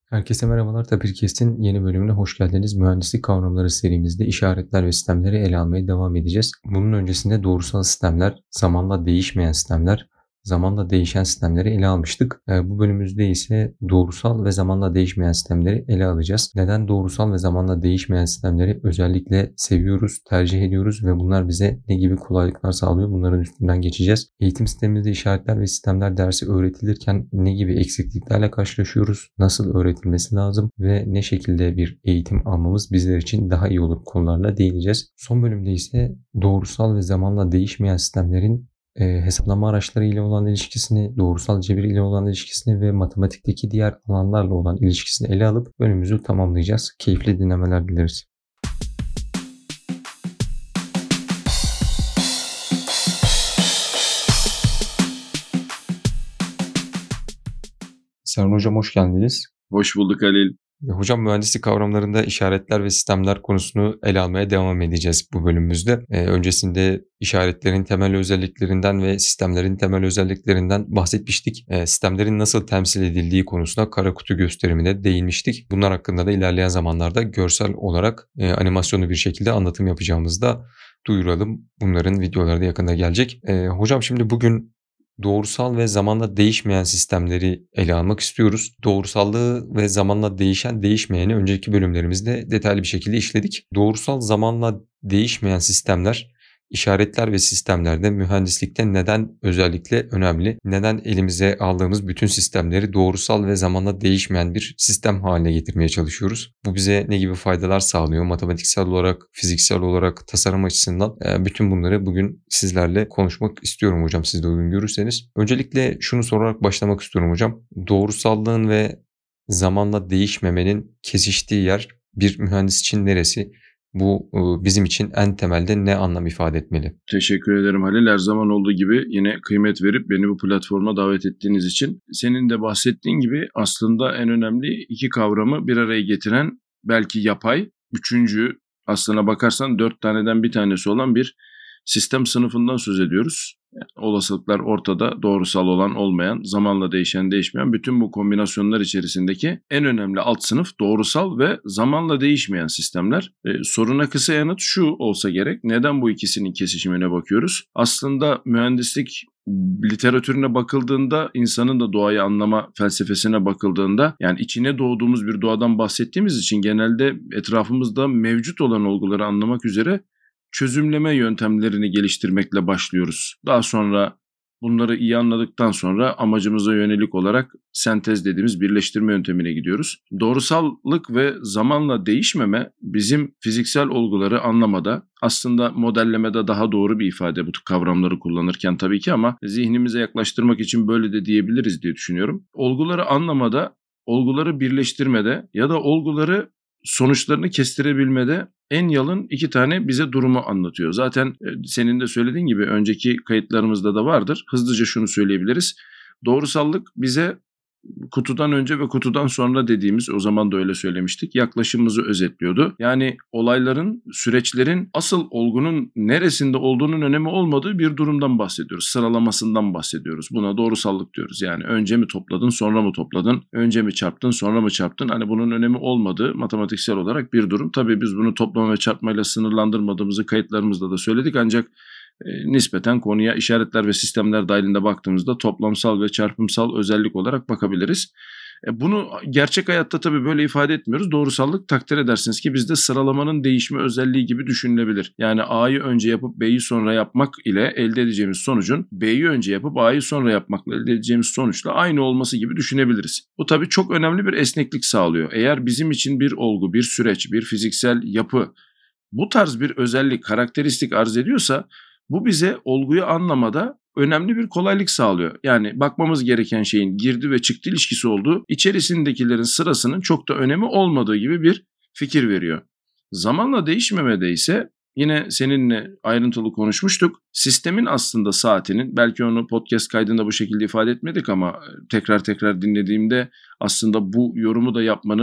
Herkese merhabalar. Tapirkest'in yeni bölümüne hoş geldiniz. Mühendislik kavramları serimizde işaretler ve sistemleri ele almaya devam edeceğiz. Bunun öncesinde doğrusal sistemler, zamanla değişmeyen sistemler, zamanla değişen sistemleri ele almıştık. Bu bölümümüzde ise doğrusal ve zamanla değişmeyen sistemleri ele alacağız. Neden doğrusal ve zamanla değişmeyen sistemleri özellikle seviyoruz, tercih ediyoruz ve bunlar bize ne gibi kolaylıklar sağlıyor? Bunların üstünden geçeceğiz. Eğitim sistemimizde işaretler ve sistemler dersi öğretilirken ne gibi eksikliklerle karşılaşıyoruz? Nasıl öğretilmesi lazım ve ne şekilde bir eğitim almamız bizler için daha iyi olur konularına değineceğiz. Son bölümde ise doğrusal ve zamanla değişmeyen sistemlerin hesaplama araçları ile olan ilişkisini, doğrusal cebir ile olan ilişkisini ve matematikteki diğer alanlarla olan ilişkisini ele alıp bölümümüzü tamamlayacağız. Keyifli dinlemeler dileriz. Serhan Hocam hoş geldiniz. Hoş bulduk Halil. Hocam mühendislik kavramlarında işaretler ve sistemler konusunu ele almaya devam edeceğiz bu bölümümüzde. Öncesinde işaretlerin temel özelliklerinden ve sistemlerin temel özelliklerinden bahsetmiştik. Sistemlerin nasıl temsil edildiği konusuna kara kutu gösterimine değinmiştik. Bunlar hakkında da ilerleyen zamanlarda görsel olarak animasyonlu bir şekilde anlatım yapacağımızı da duyuralım. Bunların videoları da yakında gelecek. Hocam şimdi bugün doğrusal ve zamanla değişmeyen sistemleri ele almak istiyoruz. Doğrusallığı ve zamanla değişen, değişmeyeni önceki bölümlerimizde detaylı bir şekilde işledik. Doğrusal, zamanla değişmeyen sistemler, işaretler ve sistemlerde mühendislikte neden özellikle önemli? Neden elimize aldığımız bütün sistemleri doğrusal ve zamanla değişmeyen bir sistem haline getirmeye çalışıyoruz? Bu bize ne gibi faydalar sağlıyor? Matematiksel olarak, fiziksel olarak, tasarım açısından bütün bunları bugün sizlerle konuşmak istiyorum hocam, siz de uygun görürseniz. Öncelikle şunu sorarak başlamak istiyorum hocam. Doğrusallığın ve zamanla değişmemenin kesiştiği yer bir mühendis için neresi? Bu bizim için en temelde ne anlam ifade etmeli? Teşekkür ederim Halil. Her zaman olduğu gibi yine kıymet verip beni bu platforma davet ettiğiniz için. Senin de bahsettiğin gibi aslında en önemli iki kavramı bir araya getiren belki yapay, üçüncü aslına bakarsan 4 taneden bir tanesi olan bir sistem sınıfından söz ediyoruz. Yani olasılıklar ortada, doğrusal olan olmayan, zamanla değişen değişmeyen bütün bu kombinasyonlar içerisindeki en önemli alt sınıf doğrusal ve zamanla değişmeyen sistemler. Soruna kısa yanıt şu olsa gerek. Neden bu ikisinin kesişimine bakıyoruz? Aslında mühendislik literatürüne bakıldığında, insanın da doğayı anlama felsefesine bakıldığında, yani içine doğduğumuz bir doğadan bahsettiğimiz için genelde etrafımızda mevcut olan olguları anlamak üzere çözümleme yöntemlerini geliştirmekle başlıyoruz. Daha sonra bunları iyi anladıktan sonra amacımıza yönelik olarak sentez dediğimiz birleştirme yöntemine gidiyoruz. Doğrusallık ve zamanla değişmeme bizim fiziksel olguları anlamada, aslında modellemede daha doğru bir ifade bu kavramları kullanırken tabii ki, ama zihnimize yaklaştırmak için böyle de diyebiliriz diye düşünüyorum. Olguları anlamada, olguları birleştirmede ya da olguları sonuçlarını kestirebilmede en yalın iki tane bize durumu anlatıyor. Zaten senin de söylediğin gibi önceki kayıtlarımızda da vardır. Hızlıca şunu söyleyebiliriz. Doğrusallık bize kutudan önce ve kutudan sonra dediğimiz, o zaman da öyle söylemiştik, yaklaşımımızı özetliyordu. Yani olayların, süreçlerin asıl olgunun neresinde olduğunun önemi olmadığı bir durumdan bahsediyoruz. Sıralamasından bahsediyoruz. Buna doğrusallık diyoruz. Yani önce mi topladın, sonra mı topladın? Önce mi çarptın, sonra mı çarptın? Hani bunun önemi olmadığı matematiksel olarak bir durum. Tabii biz bunu toplama ve çarpmayla sınırlandırmadığımızı kayıtlarımızda da söyledik, ancak nispeten konuya işaretler ve sistemler dahilinde baktığımızda toplamsal ve çarpımsal özellik olarak bakabiliriz. Bunu gerçek hayatta tabii böyle ifade etmiyoruz. Doğrusallık, takdir edersiniz ki bizde sıralamanın değişme özelliği gibi düşünülebilir. Yani A'yı önce yapıp B'yi sonra yapmak ile elde edeceğimiz sonucun B'yi önce yapıp A'yı sonra yapmakla elde edeceğimiz sonuçla aynı olması gibi düşünebiliriz. Bu tabii çok önemli bir esneklik sağlıyor. Eğer bizim için bir olgu, bir süreç, bir fiziksel yapı bu tarz bir özellik, karakteristik arz ediyorsa, bu bize olguyu anlamada önemli bir kolaylık sağlıyor. Yani bakmamız gereken şeyin girdi ve çıktı ilişkisi olduğu, içerisindekilerin sırasının çok da önemi olmadığı gibi bir fikir veriyor. Zamanla değişmemede ise yine seninle ayrıntılı konuşmuştuk. Sistemin aslında saatinin, belki onu podcast kaydında bu şekilde ifade etmedik ama tekrar dinlediğimde aslında bu yorumu da yapmanın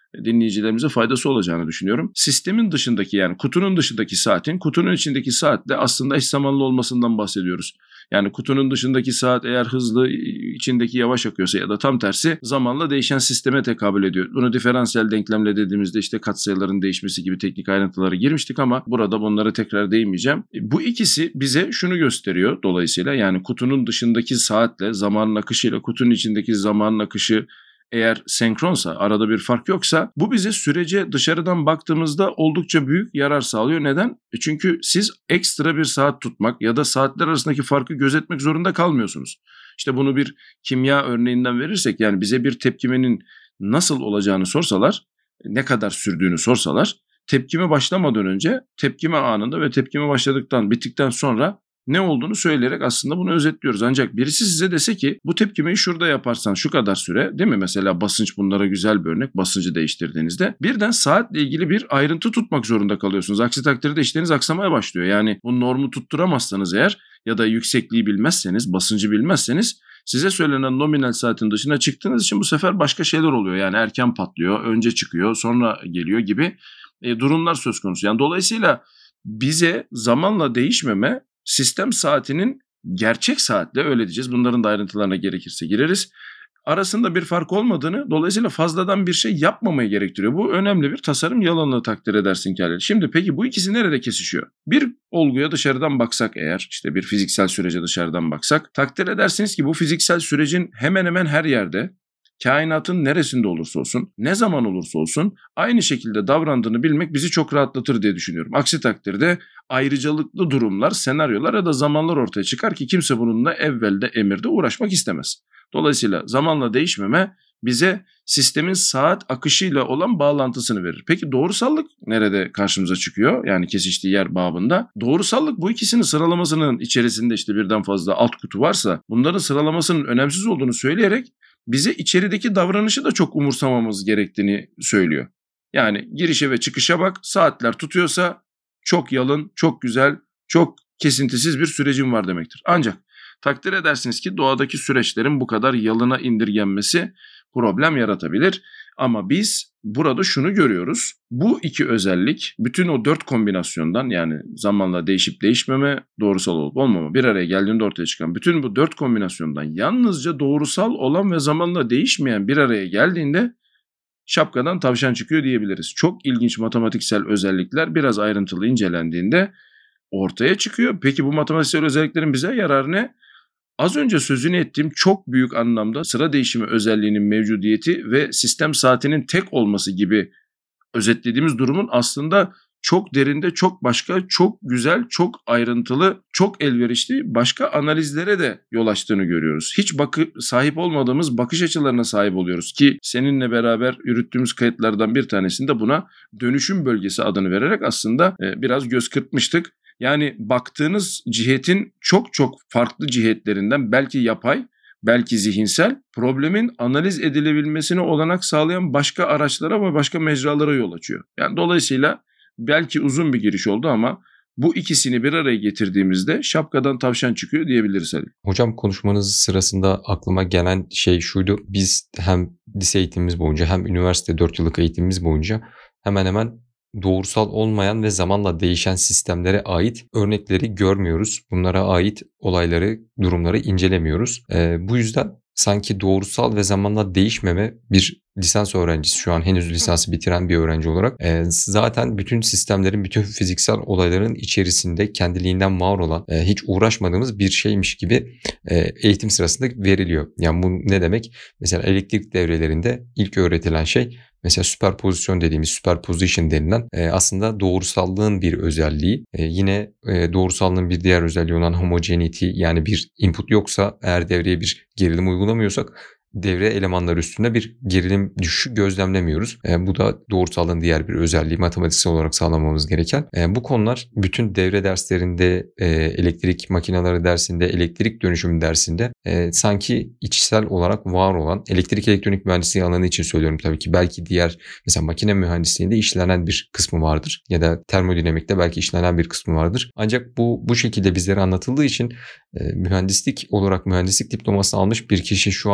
dinleyicilerimize faydası olacağını düşünüyorum. Sistemin dışındaki, yani kutunun dışındaki saatin kutunun içindeki saatle aslında eş zamanlı olmasından bahsediyoruz. Yani kutunun dışındaki saat eğer hızlı, içindeki yavaş akıyorsa ya da tam tersi zamanla değişen sisteme tekabül ediyor. Bunu diferansiyel denklemle dediğimizde işte katsayıların değişmesi gibi teknik ayrıntılara girmiştik ama burada bunlara tekrar değinmeyeceğim. Bu ikisi bize şunu gösteriyor dolayısıyla, yani kutunun dışındaki saatle zamanın akışıyla kutunun içindeki zamanın akışı eğer senkronsa, arada bir fark yoksa bu bize sürece dışarıdan baktığımızda oldukça büyük yarar sağlıyor. Neden? Çünkü siz ekstra bir saat tutmak ya da saatler arasındaki farkı gözetmek zorunda kalmıyorsunuz. İşte bunu bir kimya örneğinden verirsek, yani bize bir tepkimenin nasıl olacağını sorsalar, ne kadar sürdüğünü sorsalar, tepkime başlamadan önce, tepkime anında ve tepkime başladıktan, bittikten sonra ne olduğunu söyleyerek aslında bunu özetliyoruz. Ancak birisi size dese ki bu tepkimeyi şurada yaparsan şu kadar süre, değil mi? Mesela basınç bunlara güzel bir örnek. Basıncı değiştirdiğinizde birden saatle ilgili bir ayrıntı tutmak zorunda kalıyorsunuz. Aksi takdirde işleriniz aksamaya başlıyor. Yani bu normu tutturamazsanız eğer ya da yüksekliği bilmezseniz, basıncı bilmezseniz size söylenen nominal saatin dışına çıktığınız için bu sefer başka şeyler oluyor. Yani erken patlıyor, önce çıkıyor, sonra geliyor gibi durumlar söz konusu. Yani dolayısıyla bize zamanla değişmeme, sistem saatinin gerçek saatle, öyle diyeceğiz, bunların da ayrıntılarına gerekirse gireriz, arasında bir fark olmadığını, dolayısıyla fazladan bir şey yapmamayı gerektiriyor. Bu önemli bir tasarım yalanını takdir edersin ki Halil. Şimdi peki bu ikisi nerede kesişiyor? Bir olguya dışarıdan baksak eğer, işte bir fiziksel sürece dışarıdan baksak, takdir edersiniz ki bu fiziksel sürecin hemen hemen her yerde, kainatın neresinde olursa olsun, ne zaman olursa olsun aynı şekilde davrandığını bilmek bizi çok rahatlatır diye düşünüyorum. Aksi takdirde ayrıcalıklı durumlar, senaryolar ya da zamanlar ortaya çıkar ki kimse bununla evvelde emirde uğraşmak istemez. Dolayısıyla zamanla değişmeme bize sistemin saat akışıyla olan bağlantısını verir. Peki doğrusallık nerede karşımıza çıkıyor? Yani kesiştiği yer babında. Doğrusallık bu ikisinin sıralamasının içerisinde işte birden fazla alt kutu varsa bunların sıralamasının önemsiz olduğunu söyleyerek bize içerideki davranışı da çok umursamamız gerektiğini söylüyor. Yani girişe ve çıkışa bak, saatler tutuyorsa çok yalın, çok güzel, çok kesintisiz bir sürecin var demektir. Ancak takdir edersiniz ki doğadaki süreçlerin bu kadar yalına indirgenmesi problem yaratabilir. Ama biz burada şunu görüyoruz. Bu iki özellik bütün o 4 kombinasyondan, yani zamanla değişip değişmeme, doğrusal olup olmama bir araya geldiğinde ortaya çıkan bütün bu 4 kombinasyondan yalnızca doğrusal olan ve zamanla değişmeyen bir araya geldiğinde şapkadan tavşan çıkıyor diyebiliriz. Çok ilginç matematiksel özellikler biraz ayrıntılı incelendiğinde ortaya çıkıyor. Peki bu matematiksel özelliklerin bize yararı ne? Az önce sözünü ettiğim çok büyük anlamda sıra değişimi özelliğinin mevcudiyeti ve sistem saatinin tek olması gibi özetlediğimiz durumun aslında çok derinde, çok başka, çok güzel, çok ayrıntılı, çok elverişli başka analizlere de yol açtığını görüyoruz. Hiç sahip olmadığımız bakış açılarına sahip oluyoruz ki seninle beraber yürüttüğümüz kayıtlardan bir tanesinde buna dönüşüm bölgesi adını vererek aslında biraz göz kırpmıştık. Yani baktığınız cihetin çok çok farklı cihetlerinden, belki yapay, belki zihinsel, problemin analiz edilebilmesine olanak sağlayan başka araçlara ve başka mecralara yol açıyor. Yani dolayısıyla belki uzun bir giriş oldu ama bu ikisini bir araya getirdiğimizde şapkadan tavşan çıkıyor diyebiliriz Ali. Hocam konuşmanız sırasında aklıma gelen şey şuydu. Biz hem lise eğitimimiz boyunca hem üniversite 4 yıllık eğitimimiz boyunca hemen hemen doğrusal olmayan ve zamanla değişen sistemlere ait örnekleri görmüyoruz. Bunlara ait olayları, durumları incelemiyoruz. Bu yüzden sanki doğrusal ve zamanla değişmeme bir lisans öğrencisi, şu an henüz lisansı bitiren bir öğrenci olarak zaten bütün sistemlerin, bütün fiziksel olayların içerisinde kendiliğinden var olan, hiç uğraşmadığımız bir şeymiş gibi eğitim sırasında veriliyor. Yani bu ne demek? Mesela elektrik devrelerinde ilk öğretilen şey, mesela süperpozisyon dediğimiz, superposition denilen aslında doğrusallığın bir özelliği. Yine doğrusallığın bir diğer özelliği olan homogeneity, yani bir input yoksa eğer devreye bir gerilim uygulamıyorsak devre elemanları üstünde bir gerilim düşüşü gözlemlemiyoruz. Bu da doğrusallığın diğer bir özelliği, matematiksel olarak sağlamamız gereken. Bu konular bütün devre derslerinde, elektrik makineleri dersinde, elektrik dönüşümü dersinde sanki içsel olarak var olan, elektrik elektronik mühendisliği alanı için söylüyorum tabii ki, belki diğer mesela makine mühendisliğinde işlenen bir kısmı vardır ya da termodinamikte belki işlenen bir kısmı vardır. Ancak bu şekilde bizlere anlatıldığı için mühendislik olarak mühendislik diplomasını almış bir kişi şu an gerçek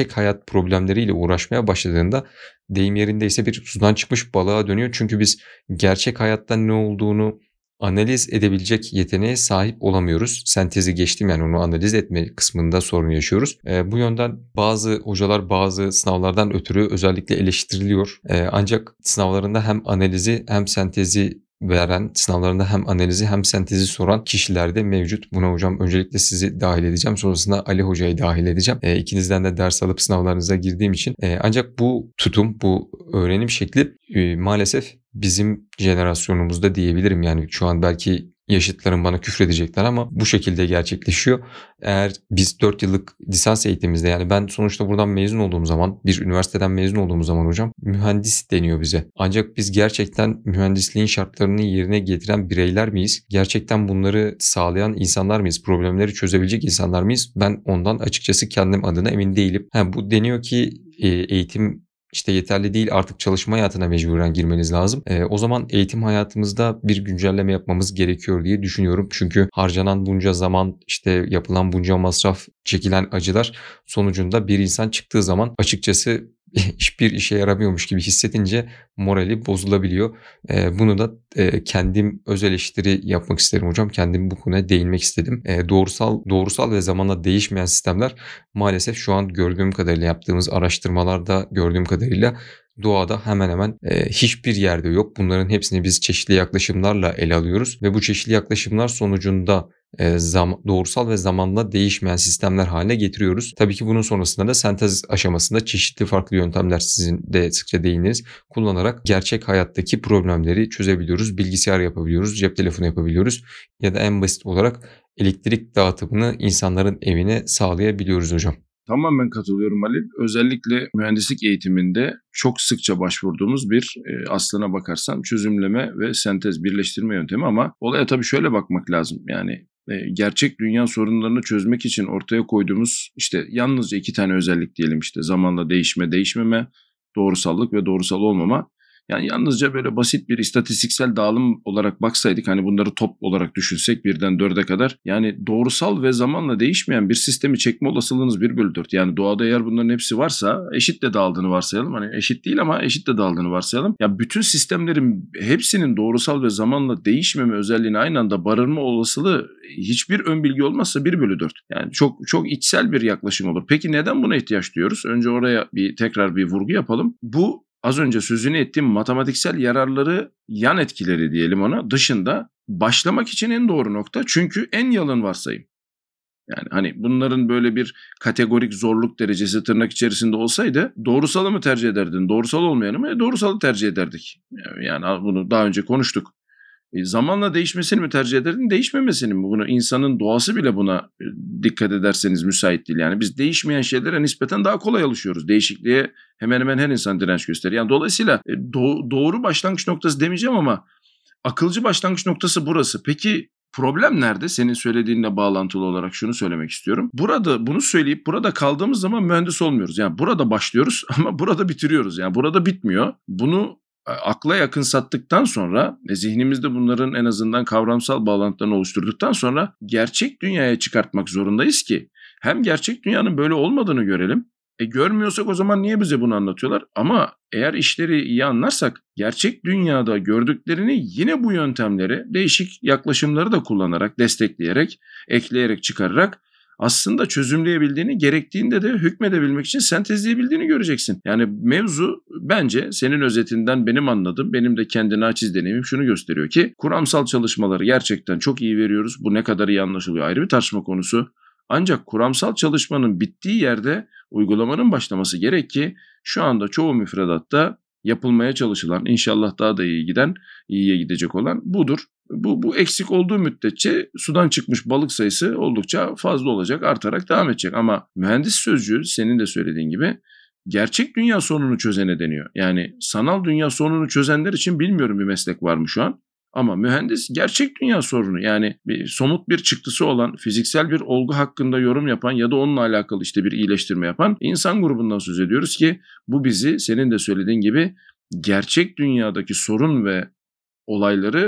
gerçek hayat problemleriyle uğraşmaya başladığında deyim yerindeyse bir sudan çıkmış balığa dönüyor. Çünkü biz gerçek hayatta ne olduğunu analiz edebilecek yeteneğe sahip olamıyoruz. Sentezi geçtim, yani onu analiz etme kısmında sorun yaşıyoruz. Bu yönden bazı hocalar bazı sınavlardan ötürü özellikle eleştiriliyor. Ancak sınavlarında hem analizi hem sentezi veren, sınavlarında hem analizi hem sentezi soran kişiler de mevcut. Buna hocam öncelikle sizi dahil edeceğim. Sonrasında Ali Hoca'yı dahil edeceğim. İkinizden de ders alıp sınavlarınıza girdiğim için. Ancak bu tutum, bu öğrenim şekli maalesef bizim jenerasyonumuzda diyebilirim. Yani şu an belki yaşıtlarım bana küfredecekler ama bu şekilde gerçekleşiyor. Eğer biz 4 yıllık lisans eğitimimizde, yani ben sonuçta buradan mezun olduğum zaman, bir üniversiteden mezun olduğumuz zaman hocam mühendis deniyor bize. Ancak biz gerçekten mühendisliğin şartlarını yerine getiren bireyler miyiz? Gerçekten bunları sağlayan insanlar mıyız? Problemleri çözebilecek insanlar mıyız? Ben ondan açıkçası kendim adına emin değilim. Bu deniyor ki eğitim İşte yeterli değil, artık çalışma hayatına mecburen girmeniz lazım. O zaman eğitim hayatımızda bir güncelleme yapmamız gerekiyor diye düşünüyorum. Çünkü harcanan bunca zaman, işte yapılan bunca masraf, çekilen acılar sonucunda bir insan çıktığı zaman açıkçası hiçbir işe yaramıyormuş gibi hissedince morali bozulabiliyor. Bunu da kendim öz eleştiri yapmak isterim hocam. Kendim bu konuya değinmek istedim. Doğrusal ve zamanla değişmeyen sistemler maalesef şu an gördüğüm kadarıyla, yaptığımız araştırmalarda gördüğüm kadarıyla doğada hemen hemen hiçbir yerde yok. Bunların hepsini biz çeşitli yaklaşımlarla ele alıyoruz ve bu çeşitli yaklaşımlar sonucunda doğrusal ve zamanla değişmeyen sistemler haline getiriyoruz. Tabii ki bunun sonrasında da sentez aşamasında çeşitli farklı yöntemler, sizin de sıkça değininiz, kullanarak gerçek hayattaki problemleri çözebiliyoruz. Bilgisayar yapabiliyoruz, cep telefonu yapabiliyoruz ya da en basit olarak elektrik dağıtımını insanların evine sağlayabiliyoruz hocam. Tamamen katılıyorum Halil. Özellikle mühendislik eğitiminde çok sıkça başvurduğumuz bir aslına bakarsan çözümleme ve sentez birleştirme yöntemi, ama olaya tabii şöyle bakmak lazım. Yani gerçek dünya sorunlarını çözmek için ortaya koyduğumuz işte yalnızca 2 tane özellik diyelim, işte zamanla değişme, değişmeme, doğrusallık ve doğrusal olmama. Yani yalnızca böyle basit bir istatistiksel dağılım olarak baksaydık, hani bunları top olarak düşünsek 1'den 4'e kadar, yani doğrusal ve zamanla değişmeyen bir sistemi çekme olasılığınız 1/4. Yani doğada eğer bunların hepsi varsa, eşit de dağıldığını varsayalım. Hani eşit değil ama eşit de dağıldığını varsayalım. Ya bütün sistemlerin hepsinin doğrusal ve zamanla değişmeme özelliğini aynı anda barınma olasılığı hiçbir ön bilgi olmazsa 1/4. Yani çok çok içsel bir yaklaşım olur. Peki neden buna ihtiyaç duyuyoruz? Önce oraya tekrar bir vurgu yapalım. Bu az önce sözünü ettiğim matematiksel yararları, yan etkileri diyelim ona, dışında başlamak için en doğru nokta. Çünkü en yalın varsayım. Yani hani bunların böyle bir kategorik zorluk derecesi tırnak içerisinde olsaydı doğrusalı mı tercih ederdin, doğrusal olmayanı mı? Doğrusalı tercih ederdik. Yani bunu daha önce konuştuk. Zamanla değişmesini mi tercih ederdin, değişmemesini mi? Bunu insanın doğası bile buna dikkat ederseniz müsait değil. Yani biz değişmeyen şeylere nispeten daha kolay alışıyoruz. Değişikliğe hemen hemen her insan direnç gösteriyor. Yani dolayısıyla doğru başlangıç noktası demeyeceğim ama akılcı başlangıç noktası burası. Peki problem nerede? Senin söylediğinle bağlantılı olarak şunu söylemek istiyorum. Burada bunu söyleyip burada kaldığımız zaman mühendis olmuyoruz. Yani burada başlıyoruz ama burada bitiriyoruz. Yani burada bitmiyor. Bunu akla yakın sattıktan sonra zihnimizde bunların en azından kavramsal bağlantılarını oluşturduktan sonra gerçek dünyaya çıkartmak zorundayız ki hem gerçek dünyanın böyle olmadığını görelim. Görmüyorsak o zaman niye bize bunu anlatıyorlar? Ama eğer işleri iyi anlarsak gerçek dünyada gördüklerini yine bu yöntemleri, değişik yaklaşımları da kullanarak, destekleyerek, ekleyerek, çıkararak aslında çözümleyebildiğini, gerektiğinde de hükmedebilmek için sentezleyebildiğini göreceksin. Yani mevzu bence senin özetinden benim anladığım, benim de kendi naçiz deneyimim şunu gösteriyor ki kuramsal çalışmaları gerçekten çok iyi veriyoruz. Bu ne kadar iyi anlaşılıyor ayrı bir tartışma konusu. Ancak kuramsal çalışmanın bittiği yerde uygulamanın başlaması gerek ki şu anda çoğu müfredatta yapılmaya çalışılan, inşallah daha da iyi giden, iyiye gidecek olan budur. Bu eksik olduğu müddetçe sudan çıkmış balık sayısı oldukça fazla olacak, artarak devam edecek. Ama mühendis sözcüğü senin de söylediğin gibi gerçek dünya sorununu çözene deniyor. Yani sanal dünya sorununu çözenler için bilmiyorum bir meslek var mı şu an. Ama mühendis gerçek dünya sorunu, yani bir somut bir çıktısı olan fiziksel bir olgu hakkında yorum yapan ya da onunla alakalı işte bir iyileştirme yapan insan grubundan söz ediyoruz ki bu bizi senin de söylediğin gibi gerçek dünyadaki sorun ve olayları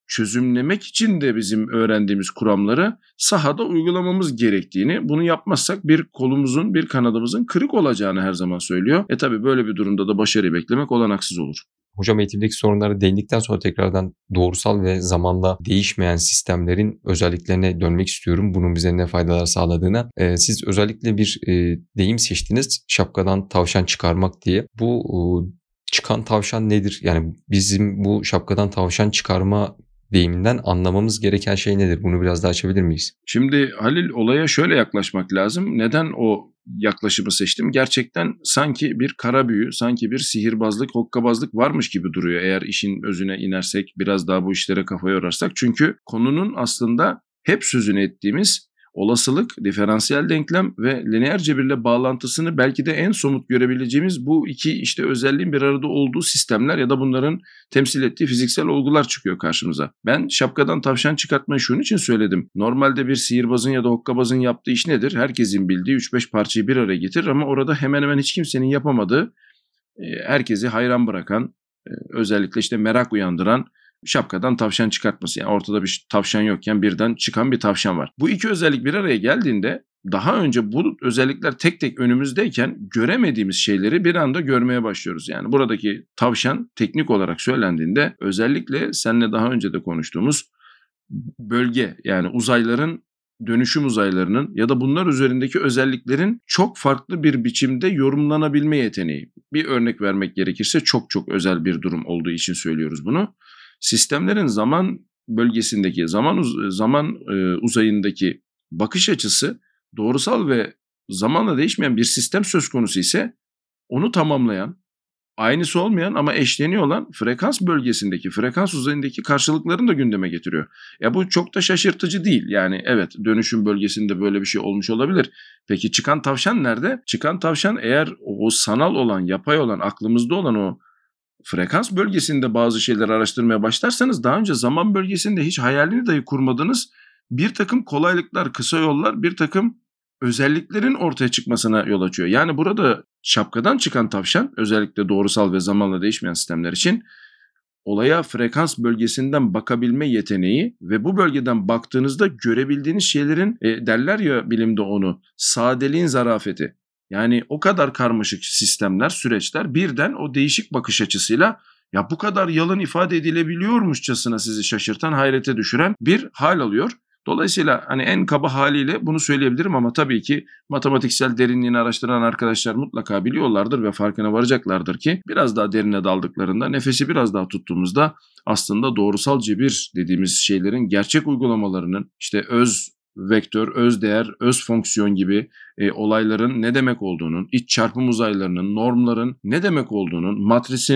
çözümlemek için de bizim öğrendiğimiz kuramları sahada uygulamamız gerektiğini, bunu yapmazsak bir kolumuzun, bir kanadımızın kırık olacağını her zaman söylüyor. Tabii böyle bir durumda da başarıyı beklemek olanaksız olur. Hocam eğitimdeki sorunlara değindikten sonra tekrardan doğrusal ve zamanla değişmeyen sistemlerin özelliklerine dönmek istiyorum. Bunun bize ne faydalar sağladığına. Siz özellikle bir deyim seçtiniz. Şapkadan tavşan çıkarmak diye. Bu çıkan tavşan nedir? Yani bizim bu şapkadan tavşan çıkarma deyiminden anlamamız gereken şey nedir? Bunu biraz daha açabilir miyiz? Şimdi Halil, olaya şöyle yaklaşmak lazım. Neden o yaklaşımı seçtim? Gerçekten sanki bir kara büyü, sanki bir sihirbazlık, hokkabazlık varmış gibi duruyor eğer işin özüne inersek, biraz daha bu işlere kafa yorarsak. Çünkü konunun aslında hep sözünü ettiğimiz olasılık, diferansiyel denklem ve lineer cebirle bağlantısını belki de en somut görebileceğimiz bu iki özelliğin bir arada olduğu sistemler ya da bunların temsil ettiği fiziksel olgular çıkıyor karşımıza. Ben şapkadan tavşan çıkartmayı şunun için söyledim. Normalde bir sihirbazın ya da hokkabazın yaptığı iş nedir? Herkesin bildiği 3-5 parçayı bir araya getirir ama orada hemen hemen hiç kimsenin yapamadığı, herkesi hayran bırakan, özellikle merak uyandıran şapkadan tavşan çıkartması. Yani ortada bir tavşan yokken birden çıkan bir tavşan var. Bu iki özellik bir araya geldiğinde daha önce bu özellikler tek tek önümüzdeyken göremediğimiz şeyleri bir anda görmeye başlıyoruz. Yani buradaki tavşan teknik olarak söylendiğinde özellikle seninle daha önce de konuştuğumuz bölge, yani uzayların, dönüşüm uzaylarının ya da bunlar üzerindeki özelliklerin çok farklı bir biçimde yorumlanabilme yeteneği. Bir örnek vermek gerekirse çok çok özel bir durum olduğu için söylüyoruz bunu. Sistemlerin zaman bölgesindeki, zaman uzayındaki bakış açısı doğrusal ve zamanla değişmeyen bir sistem söz konusu ise onu tamamlayan, aynısı olmayan ama eşleniyor olan frekans bölgesindeki, frekans uzayındaki karşılıklarını da gündeme getiriyor. Bu çok da şaşırtıcı değil. Yani evet, dönüşüm bölgesinde böyle bir şey olmuş olabilir. Peki çıkan tavşan nerede? Çıkan tavşan, eğer o sanal olan, yapay olan, aklımızda olan o frekans bölgesinde bazı şeyleri araştırmaya başlarsanız daha önce zaman bölgesinde hiç hayalini dahi kurmadığınız bir takım kolaylıklar, kısa yollar, bir takım özelliklerin ortaya çıkmasına yol açıyor. Yani burada şapkadan çıkan tavşan, özellikle doğrusal ve zamanla değişmeyen sistemler için olaya frekans bölgesinden bakabilme yeteneği ve bu bölgeden baktığınızda görebildiğiniz şeylerin, derler ya bilimde onu, sadeliğin zarafeti. Yani o kadar karmaşık sistemler, süreçler birden o değişik bakış açısıyla ya bu kadar yalın ifade edilebiliyormuşçasına sizi şaşırtan, hayrete düşüren bir hal alıyor. Dolayısıyla en kaba haliyle bunu söyleyebilirim ama tabii ki matematiksel derinliğini araştıran arkadaşlar mutlaka biliyorlardır ve farkına varacaklardır ki biraz daha derine daldıklarında, nefesi biraz daha tuttuğumuzda aslında doğrusal cebir dediğimiz şeylerin gerçek uygulamalarının, öz vektör, öz değer, öz fonksiyon gibi olayların ne demek olduğunun, iç çarpım uzaylarının, normların ne demek olduğunun,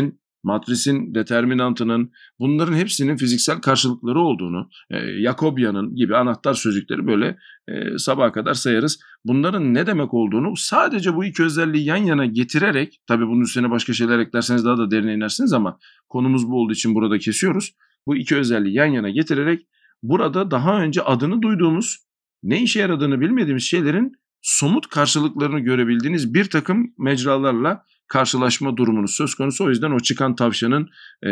matrisin determinantının, bunların hepsinin fiziksel karşılıkları olduğunu, Jacobian'ın gibi anahtar sözcükleri böyle sabaha kadar sayarız. Bunların ne demek olduğunu sadece bu iki özelliği yan yana getirerek, tabii bunun üstüne başka şeyler eklerseniz daha da derine inersiniz ama konumuz bu olduğu için burada kesiyoruz. Bu iki özelliği yan yana getirerek burada daha önce adını duyduğumuz, ne işe yaradığını bilmediğimiz şeylerin somut karşılıklarını görebildiğiniz bir takım mecralarla karşılaşma durumunuz söz konusu. O yüzden o çıkan tavşanın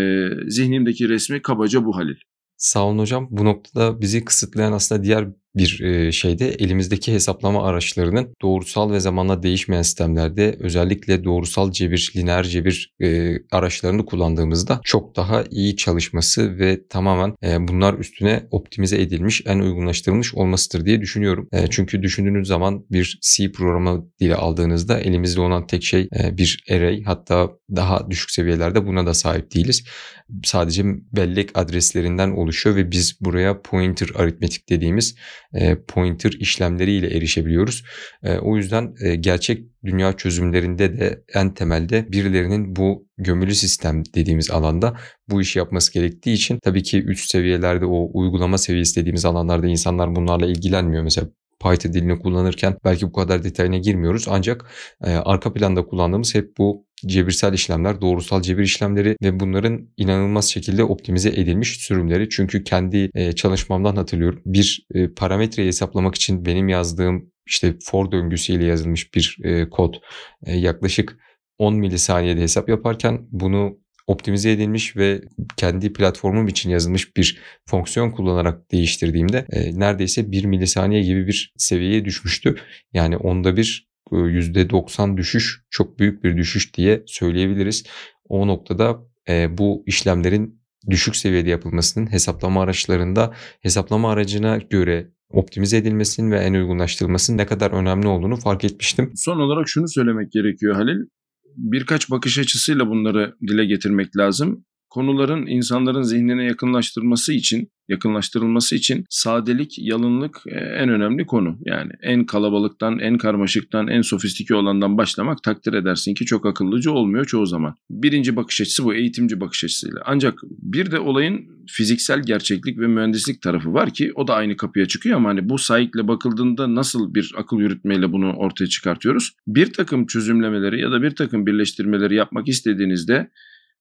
zihnimdeki resmi kabaca bu, Halil. Sağ olun hocam. Bu noktada bizi kısıtlayan aslında diğer bir şey de elimizdeki hesaplama araçlarının doğrusal ve zamanla değişmeyen sistemlerde özellikle doğrusal cebir, lineer cebir araçlarını kullandığımızda çok daha iyi çalışması ve tamamen bunlar üstüne optimize edilmiş, en uygunlaştırılmış olmasıdır diye düşünüyorum. Çünkü düşündüğünüz zaman bir C programı dili aldığınızda elimizde olan tek şey bir array, hatta daha düşük seviyelerde buna da sahip değiliz. Sadece bellek adreslerinden oluşuyor ve biz buraya pointer aritmetik dediğimiz pointer işlemleriyle erişebiliyoruz. O yüzden gerçek dünya çözümlerinde de en temelde birilerinin bu gömülü sistem dediğimiz alanda bu işi yapması gerektiği için tabii ki üst seviyelerde, o uygulama seviyesi dediğimiz alanlarda insanlar bunlarla ilgilenmiyor. Mesela Python dilini kullanırken belki bu kadar detayına girmiyoruz ancak arka planda kullandığımız hep bu cebirsel işlemler, doğrusal cebir işlemleri ve bunların inanılmaz şekilde optimize edilmiş sürümleri. Çünkü kendi çalışmamdan hatırlıyorum. Bir parametreyi hesaplamak için benim yazdığım for döngüsüyle yazılmış bir kod yaklaşık 10 milisaniyede hesap yaparken bunu optimize edilmiş ve kendi platformum için yazılmış bir fonksiyon kullanarak değiştirdiğimde neredeyse 1 milisaniye gibi bir seviyeye düşmüştü. Yani onda bir %90 düşüş, çok büyük bir düşüş diye söyleyebiliriz. O noktada bu işlemlerin düşük seviyede yapılmasının hesaplama araçlarında hesaplama aracına göre optimize edilmesinin ve en uygunlaştırılmasının ne kadar önemli olduğunu fark etmiştim. Son olarak şunu söylemek gerekiyor Halil. Birkaç bakış açısıyla bunları dile getirmek lazım. Konuların insanların zihnine yakınlaştırılması için sadelik, yalınlık en önemli konu. Yani en kalabalıktan, en karmaşıktan, en sofistike olandan başlamak takdir edersin ki çok akıllıca olmuyor çoğu zaman. Birinci bakış açısı bu, eğitimci bakış açısıyla. Ancak bir de olayın fiziksel gerçeklik ve mühendislik tarafı var ki o da aynı kapıya çıkıyor ama hani bu saikle bakıldığında nasıl bir akıl yürütmeyle bunu ortaya çıkartıyoruz? Bir takım çözümlemeleri ya da bir takım birleştirmeleri yapmak istediğinizde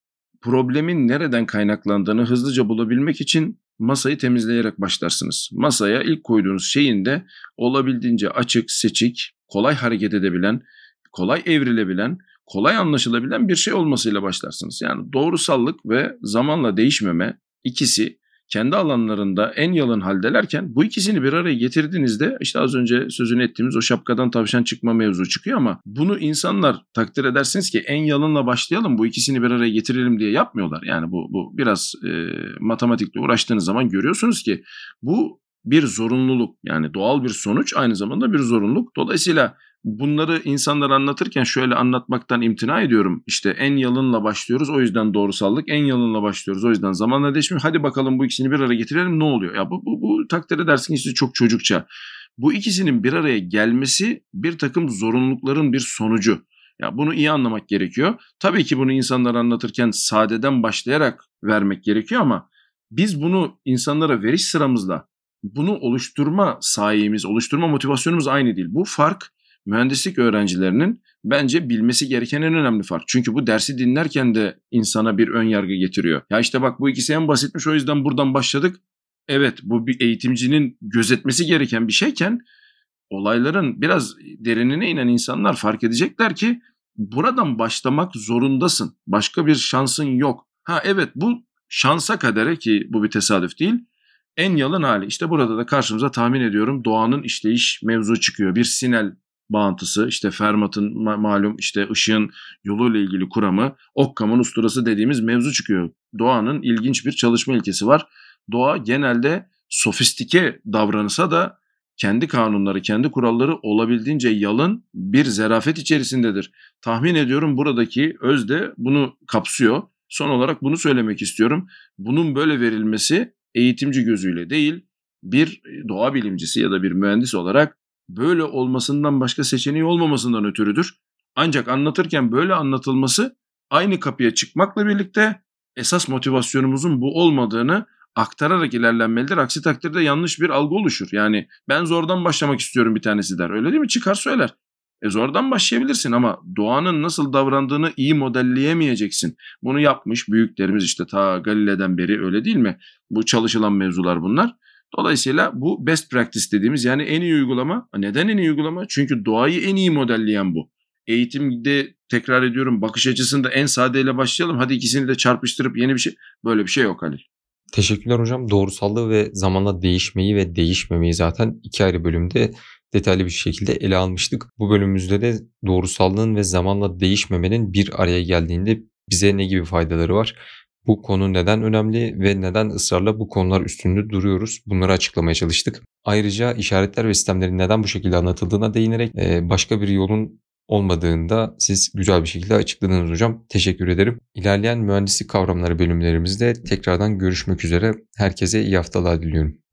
problemin nereden kaynaklandığını hızlıca bulabilmek için masayı temizleyerek başlarsınız. Masaya ilk koyduğunuz şeyin de olabildiğince açık, seçik, kolay hareket edebilen, kolay evrilebilen, kolay anlaşılabilen bir şey olmasıyla başlarsınız. Yani doğrusallık ve zamanla değişmeme ikisi kendi alanlarında en yalın haldelerken bu ikisini bir araya getirdiğinizde işte az önce sözünü ettiğimiz o şapkadan tavşan çıkma mevzu çıkıyor ama bunu insanlar takdir edersiniz ki en yalınla başlayalım bu ikisini bir araya getirelim diye yapmıyorlar. Yani bu biraz matematikle uğraştığınız zaman görüyorsunuz ki bu bir zorunluluk yani doğal bir sonuç aynı zamanda bir zorunluluk. Dolayısıyla bunları insanlara anlatırken şöyle anlatmaktan imtina ediyorum. İşte en yalınla başlıyoruz o yüzden doğrusallık, en yalınla başlıyoruz o yüzden zamanla değişmiyor. Hadi bakalım bu ikisini bir araya getirelim ne oluyor? Ya bu takdir edersin ki çok çocukça. Bu ikisinin bir araya gelmesi bir takım zorunlulukların bir sonucu. Ya bunu iyi anlamak gerekiyor. Tabii ki bunu insanlara anlatırken sadeden başlayarak vermek gerekiyor ama biz bunu insanlara veriş sıramızla bunu oluşturma sayemiz, oluşturma motivasyonumuz aynı değil. Bu fark mühendislik öğrencilerinin bence bilmesi gereken en önemli fark. Çünkü bu dersi dinlerken de insana bir ön yargı getiriyor. Ya işte bak bu ikisi en basitmiş o yüzden buradan başladık. Evet bu bir eğitimcinin gözetmesi gereken bir şeyken olayların biraz derinine inen insanlar fark edecekler ki buradan başlamak zorundasın. Başka bir şansın yok. Ha evet bu şansa kadere ki bu bir tesadüf değil. En yalın hali işte burada da karşımıza tahmin ediyorum doğanın işleyiş mevzu çıkıyor. Bir sinel bağıntısı işte Fermat'ın malum işte ışığın yoluyla ilgili kuramı Occam'ın usturası dediğimiz mevzu çıkıyor. Doğanın ilginç bir çalışma ilkesi var. Doğa genelde sofistike davranışa da kendi kanunları, kendi kuralları olabildiğince yalın bir zerafet içerisindedir. Tahmin ediyorum buradaki öz de bunu kapsıyor. Son olarak bunu söylemek istiyorum. Bunun böyle verilmesi eğitimci gözüyle değil, bir doğa bilimcisi ya da bir mühendis olarak böyle olmasından başka seçeneği olmamasından ötürüdür. Ancak anlatırken böyle anlatılması aynı kapıya çıkmakla birlikte esas motivasyonumuzun bu olmadığını aktararak ilerlenmelidir. Aksi takdirde yanlış bir algı oluşur. Yani ben zordan başlamak istiyorum bir tanesi der. Öyle değil mi? Çıkar söyler. Zordan başlayabilirsin ama doğanın nasıl davrandığını iyi modelleyemeyeceksin. Bunu yapmış büyüklerimiz işte ta Galile'den beri öyle değil mi? Bu çalışılan mevzular bunlar. Dolayısıyla bu best practice dediğimiz yani en iyi uygulama. Neden en iyi uygulama? Çünkü doğayı en iyi modelleyen bu. Eğitimde tekrar ediyorum bakış açısında en sadeyle başlayalım. Hadi ikisini de çarpıştırıp yeni bir şey. Böyle bir şey yok Halil. Teşekkürler hocam. Doğrusallığı ve zamanla değişmeyi ve değişmemeyi zaten 2 ayrı bölümde detaylı bir şekilde ele almıştık. Bu bölümümüzde de doğrusallığın ve zamanla değişmemenin bir araya geldiğinde bize ne gibi faydaları var? Bu konu neden önemli ve neden ısrarla bu konular üstünde duruyoruz? Bunları açıklamaya çalıştık. Ayrıca işaretler ve sistemlerin neden bu şekilde anlatıldığına değinerek başka bir yolun olmadığında siz güzel bir şekilde açıkladınız hocam. Teşekkür ederim. İlerleyen mühendislik kavramları bölümlerimizde tekrardan görüşmek üzere. Herkese iyi haftalar diliyorum.